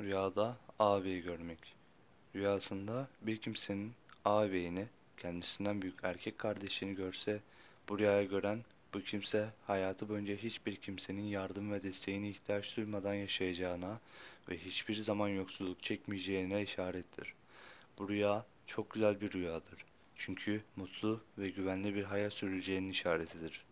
Rüyada ağabeyi görmek. Rüyasında bir kimsenin ağabeyini, kendisinden büyük erkek kardeşini görse, bu rüyayı gören bu kimse hayatı boyunca hiçbir kimsenin yardım ve desteğine ihtiyaç duymadan yaşayacağına ve hiçbir zaman yoksulluk çekmeyeceğine işarettir. Bu rüya çok güzel bir rüyadır. Çünkü mutlu ve güvenli bir hayat sürüleceğinin işaretidir.